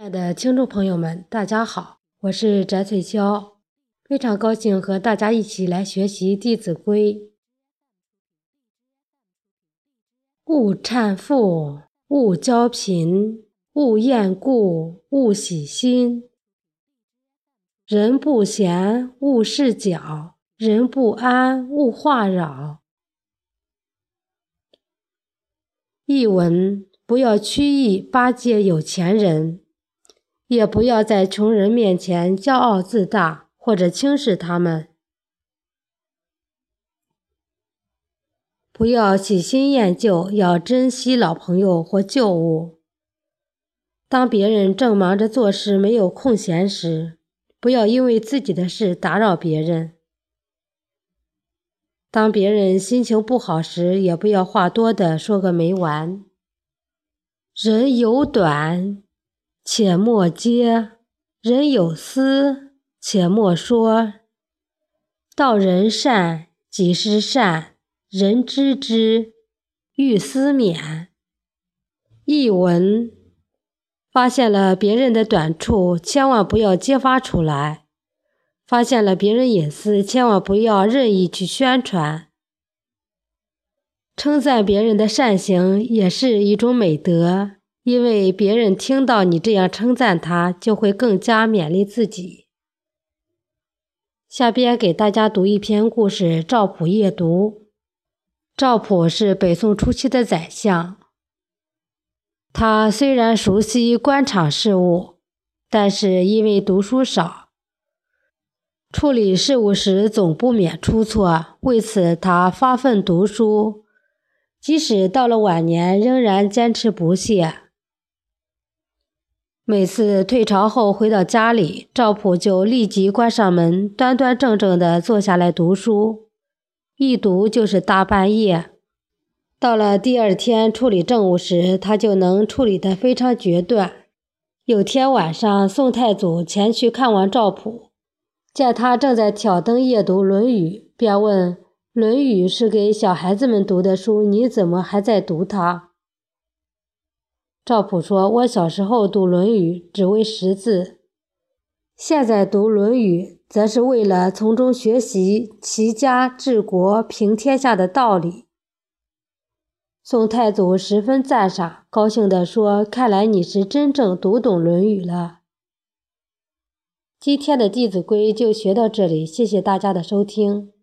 亲爱的听众朋友们，大家好，我是翟翠霄，非常高兴和大家一起来学习《弟子规》。勿谄富，勿骄贫，勿厌故，勿喜新。人不闲，勿事搅；人不安，勿话扰。译文：不要曲意巴结有钱人，也不要在穷人面前骄傲自大或者轻视他们。不要喜新厌旧，要珍惜老朋友或旧物。当别人正忙着做事没有空闲时，不要因为自己的事打扰别人。当别人心情不好时，也不要话多的说个没完。人有短，且莫揭；人有思，且莫说。道人善，己施善，人知之，欲思勉。译文：发现了别人的短处，千万不要揭发出来；发现了别人隐私，千万不要任意去宣传。称赞别人的善行也是一种美德，因为别人听到你这样称赞他，就会更加勉励自己。下边给大家读一篇故事《赵普夜读》。赵普是北宋初期的宰相，他虽然熟悉官场事务，但是因为读书少，处理事务时总不免出错，为此他发奋读书，即使到了晚年仍然坚持不懈。每次退朝后回到家里，赵普就立即关上门，端端正正地坐下来读书，一读就是大半夜。到了第二天处理政务时，他就能处理得非常决断。有天晚上，宋太祖前去看望赵普，见他正在挑灯夜读《论语》，便问：“《论语》是给小孩子们读的书，你怎么还在读它？”赵普说：“我小时候读《论语》只为识字，现在读《论语》则是为了从中学习齐家治国平天下的道理。”宋太祖十分赞赏，高兴地说：“看来你是真正读懂《论语》了。”今天的《弟子规》就学到这里，谢谢大家的收听。